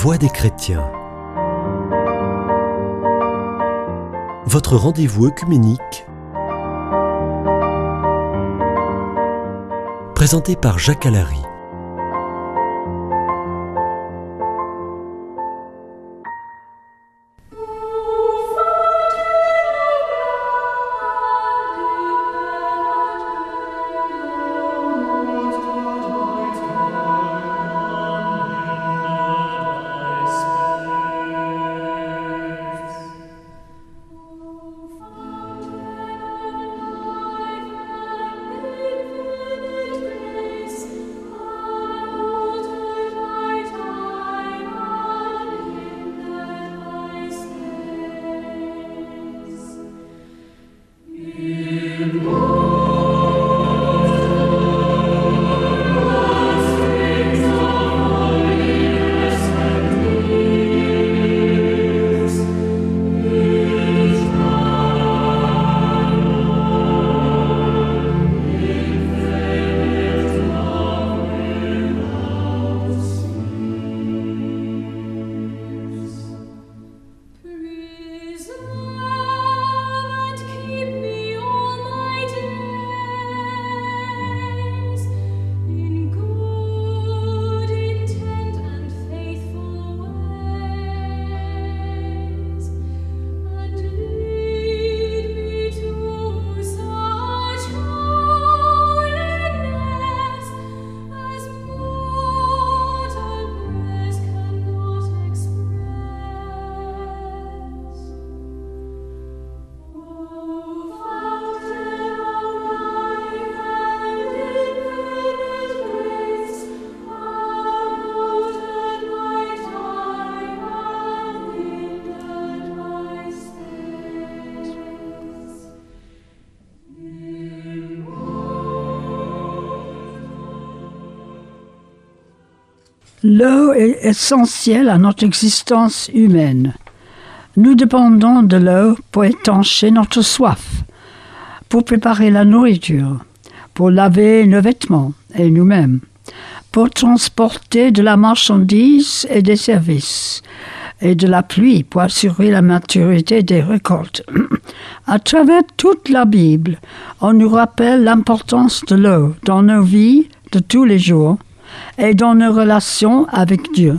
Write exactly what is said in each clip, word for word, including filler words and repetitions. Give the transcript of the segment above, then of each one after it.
Voix des chrétiens. Votre rendez-vous œcuménique, présenté par Jacques Allary. L'eau est essentielle à notre existence humaine. Nous dépendons de l'eau pour étancher notre soif, pour préparer la nourriture, pour laver nos vêtements et nous-mêmes, pour transporter de la marchandise et des services, et de la pluie pour assurer la maturité des récoltes. À travers toute la Bible, on nous rappelle l'importance de l'eau dans nos vies de tous les jours, et dans nos relations avec Dieu.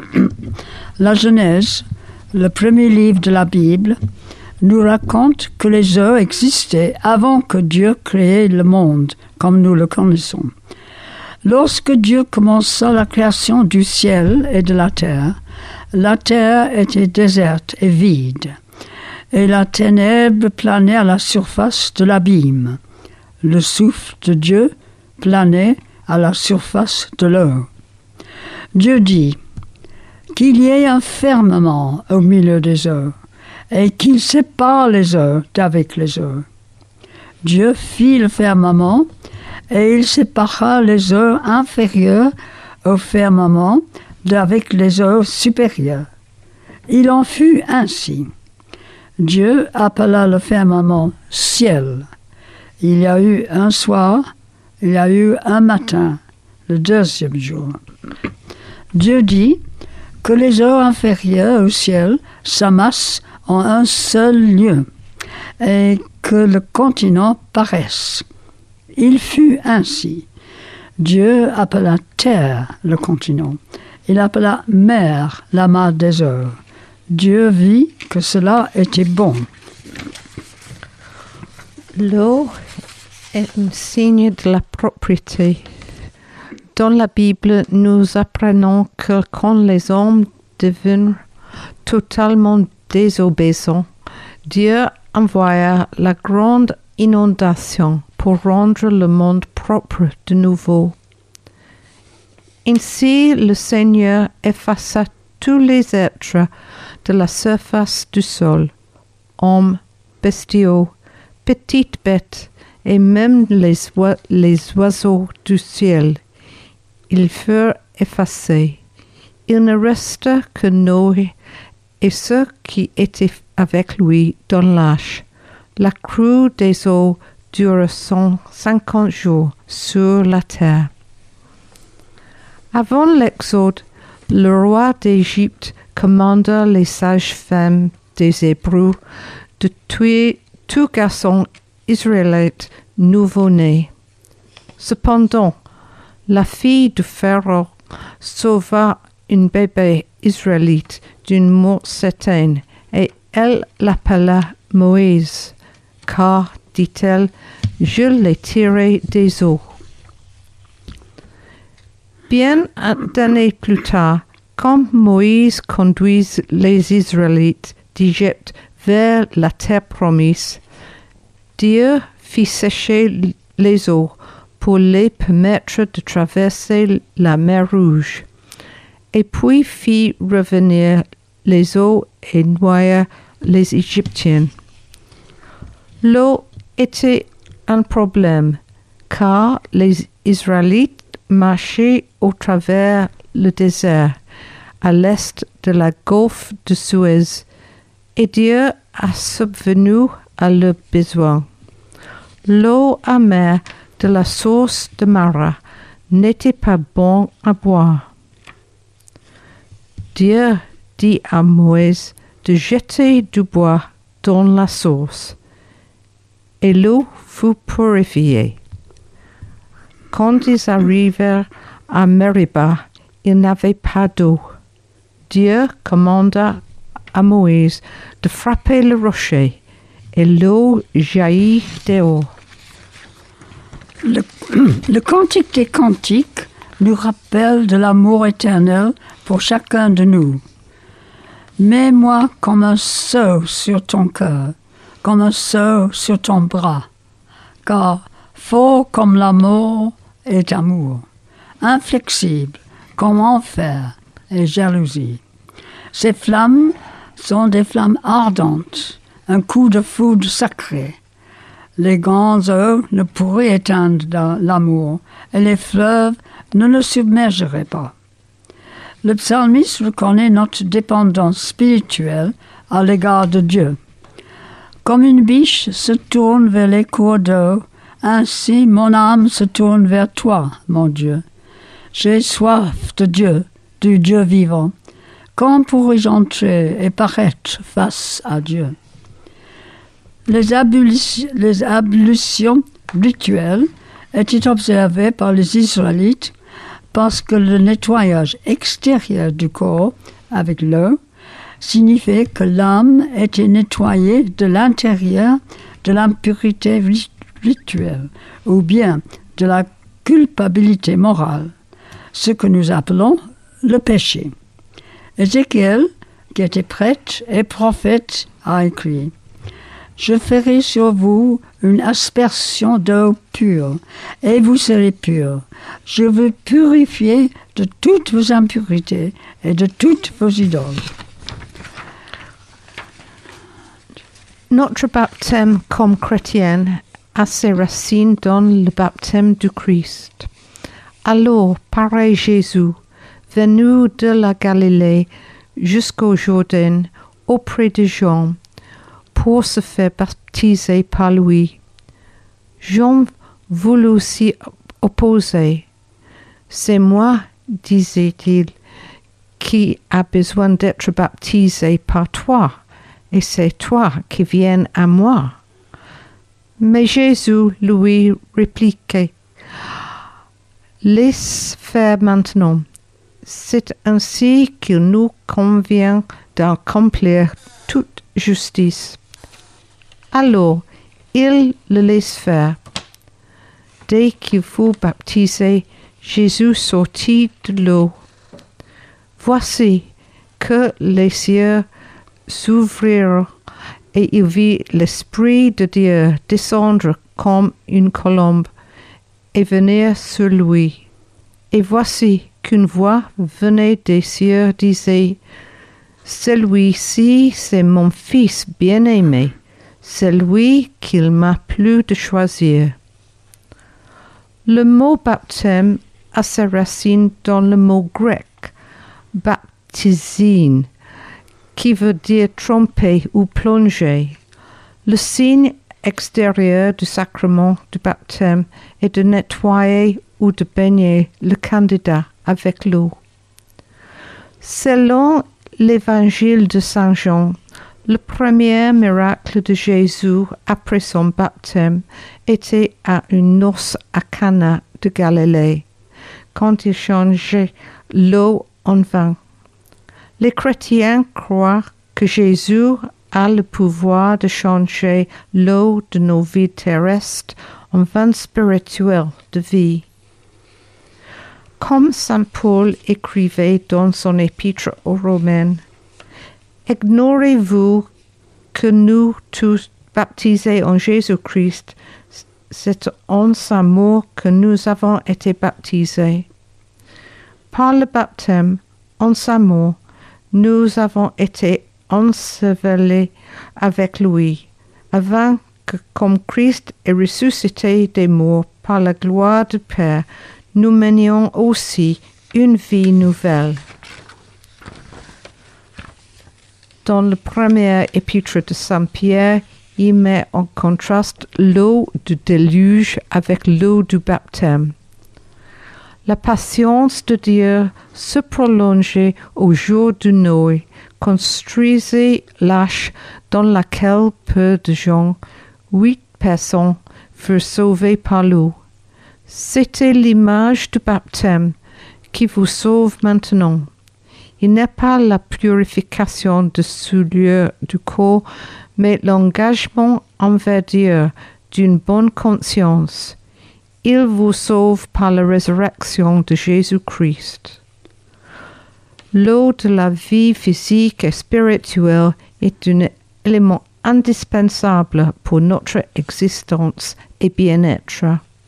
La Genèse, le premier livre de la Bible, nous raconte que les eaux existaient avant que Dieu crée le monde, comme nous le connaissons. Lorsque Dieu commença la création du ciel et de la terre, la terre était déserte et vide, et la ténèbre planait à la surface de l'abîme. Le souffle de Dieu planait à la surface de l'eau. Dieu dit qu'il y ait un firmament au milieu des eaux et qu'il sépare les eaux d'avec les eaux. Dieu fit le firmament et il sépara les eaux inférieures au firmament d'avec les eaux supérieures. Il en fut ainsi. Dieu appela le firmament ciel. Il y a eu un soir, il y a eu un matin, le deuxième jour. Dieu dit que les eaux inférieures au ciel s'amassent en un seul lieu et que le continent paraisse. Il fut ainsi. Dieu appela terre le continent. Il appela mer la mare des eaux. Dieu vit que cela était bon. L'eau est un signe de la propriété. Dans la Bible, nous apprenons que quand les hommes devinrent totalement désobéissants, Dieu envoya la grande inondation pour rendre le monde propre de nouveau. Ainsi, le Seigneur effaça tous les êtres de la surface du sol, hommes, bestiaux, petites bêtes, et même les, oi- les oiseaux du ciel. Ils furent effacés. Il ne resta que Noé et ceux qui étaient avec lui dans l'arche. La crue des eaux dura cent cinquante jours sur la terre. Avant l'Exode, le roi d'Égypte commanda les sages-femmes des Hébreux de tuer tout garçon israélite nouveau-né. Cependant, la fille du Pharaon sauva une bébé israélite d'une mort certaine et elle l'appela Moïse, car, dit-elle, je l'ai tiré des eaux. Bien d'années plus tard, quand Moïse conduit les Israélites d'Égypte vers la terre promise, Dieu fit sécher les eaux pour les permettre de traverser la mer Rouge, et puis fit revenir les eaux et noya les Égyptiens. L'eau était un problème, car les Israélites marchaient au travers le désert, à l'est de la golfe de Suez, et Dieu a subvenu à leurs besoins. L'eau amère de la source de Mara n'était pas bonne à boire. Dieu dit à Moïse de jeter du bois dans la source, et l'eau fut purifiée. Quand ils arrivèrent à Meriba, il n'avait pas d'eau. Dieu commanda à Moïse de frapper le rocher, et l'eau jaillit dehors. Le, le Cantique des Cantiques nous rappelle de l'amour éternel pour chacun de nous. Mets-moi comme un sceau sur ton cœur, comme un sceau sur ton bras, car fort comme l'amour est amour, inflexible comme enfer et jalousie. Ces flammes sont des flammes ardentes, un coup de foudre sacré. Les grands eaux ne pourraient éteindre l'amour, et les fleuves ne le submergeraient pas. Le psalmiste reconnaît notre dépendance spirituelle à l'égard de Dieu. Comme une biche se tourne vers les cours d'eau, ainsi mon âme se tourne vers toi, mon Dieu. J'ai soif de Dieu, du Dieu vivant. Quand pourrais-je entrer et paraître face à Dieu? Les ablutions, les ablutions rituelles étaient observées par les Israélites parce que le nettoyage extérieur du corps avec l'eau signifiait que l'âme était nettoyée de l'intérieur de l'impurité rituelle ou bien de la culpabilité morale, ce que nous appelons le péché. Ézéchiel, qui était prêtre et prophète, a écrit: Je ferai sur vous une aspersion d'eau pure, et vous serez purs. Je veux purifier de toutes vos impurités et de toutes vos idoles. Notre baptême comme chrétien a ses racines dans le baptême du Christ. Alors, pareil Jésus, venu de la Galilée jusqu'au Jourdain, auprès de Jean, pour se faire baptiser par lui. Jean voulut s'y opposer. C'est moi, disait-il, qui a besoin d'être baptisé par toi, et c'est toi qui viens à moi. Mais Jésus lui répliquait: Laisse faire maintenant. C'est ainsi qu'il nous convient d'accomplir toute justice. Alors, il le laisse faire. Dès qu'il fut baptisé, Jésus sortit de l'eau. Voici que les cieux s'ouvrirent et il vit l'Esprit de Dieu descendre comme une colombe et venir sur lui. Et voici qu'une voix venait des cieux disait: Celui-ci, c'est mon Fils bien-aimé, c'est lui qu'il m'a plu de choisir. Le mot baptême a sa racine dans le mot grec baptisine, qui veut dire tremper ou plonger. Le signe extérieur du sacrement du baptême est de nettoyer ou de baigner le candidat avec l'eau. Selon l'évangile de Saint Jean, le premier miracle de Jésus après son baptême était à une noce à Cana de Galilée, quand il changeait l'eau en vin. Les chrétiens croient que Jésus a le pouvoir de changer l'eau de nos vies terrestres en vin spirituel de vie. Comme saint Paul écrivait dans son épître aux Romains, « Ignorez-vous que nous tous baptisés en Jésus-Christ, c'est en sa mort que nous avons été baptisés. Par le baptême, en sa mort, nous avons été ensevelis avec lui, afin que, comme Christ est ressuscité des morts par la gloire du Père, nous menions aussi une vie nouvelle. » Dans le premier épître de Saint Pierre, il met en contraste l'eau du déluge avec l'eau du baptême. La patience de Dieu se prolongeait au jour de Noé, construisait l'arche dans laquelle peu de gens, huit personnes, furent sauvées par l'eau. C'était l'image du baptême qui vous sauve maintenant. Il n'est pas la purification de souillure du corps, mais l'engagement envers Dieu d'une bonne conscience. Il vous sauve par la résurrection de Jésus-Christ. L'eau de la vie physique et spirituelle est un élément indispensable pour notre existence et bien-être.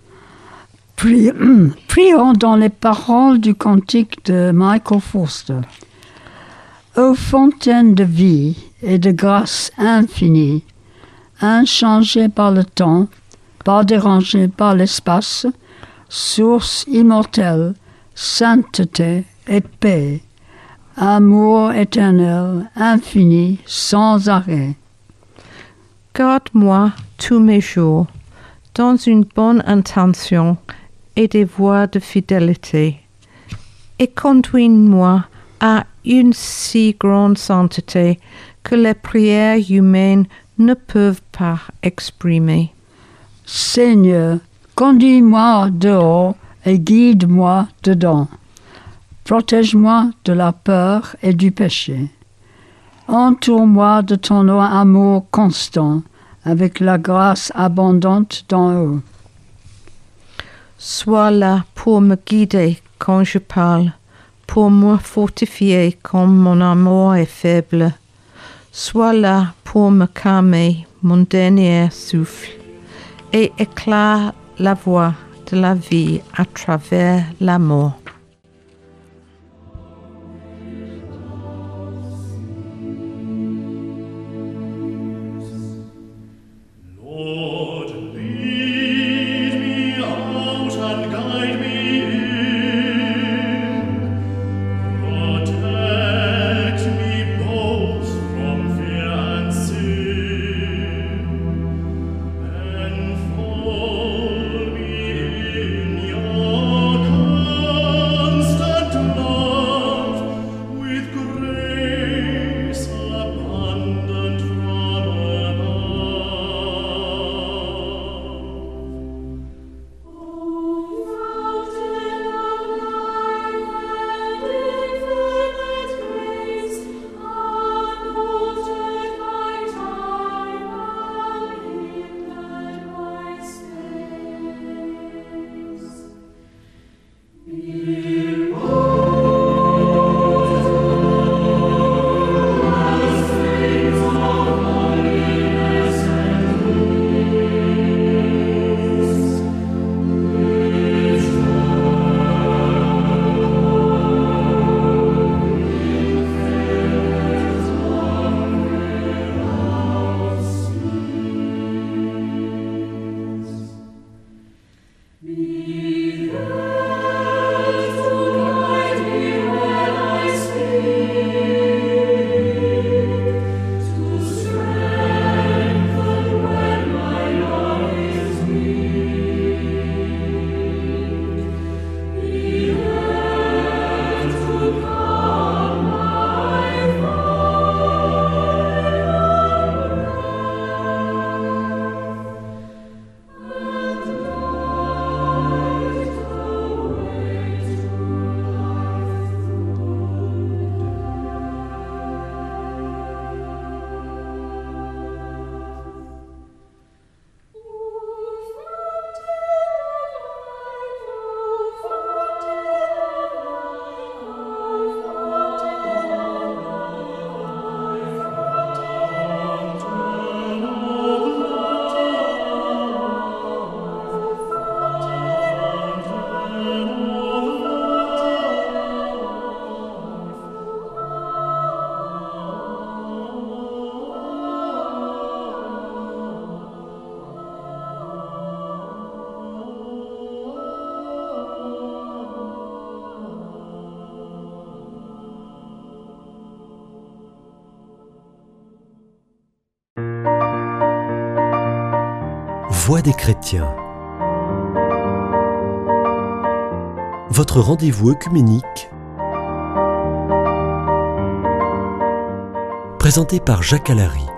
Prions dans les paroles du cantique de Michael Foster. Ô fontaine de vie et de grâce infinie, inchangée par le temps, pas dérangée par l'espace, source immortelle, sainteté et paix, amour éternel, infini, sans arrêt. Garde-moi tous mes jours dans une bonne intention et des voies de fidélité, et conduis-moi à une si grande sainteté que les prières humaines ne peuvent pas exprimer. Seigneur, conduis-moi dehors et guide-moi dedans. Protège-moi de la peur et du péché. Entoure-moi de ton amour constant, avec la grâce abondante d'en haut. Sois là pour me guider quand je parle, pour me fortifier quand mon amour est faible. Sois là pour me calmer mon dernier souffle et éclaire la voie de la vie à travers la mort. Oh voix des chrétiens. Votre rendez-vous œcuménique, présenté par Jacques Allary.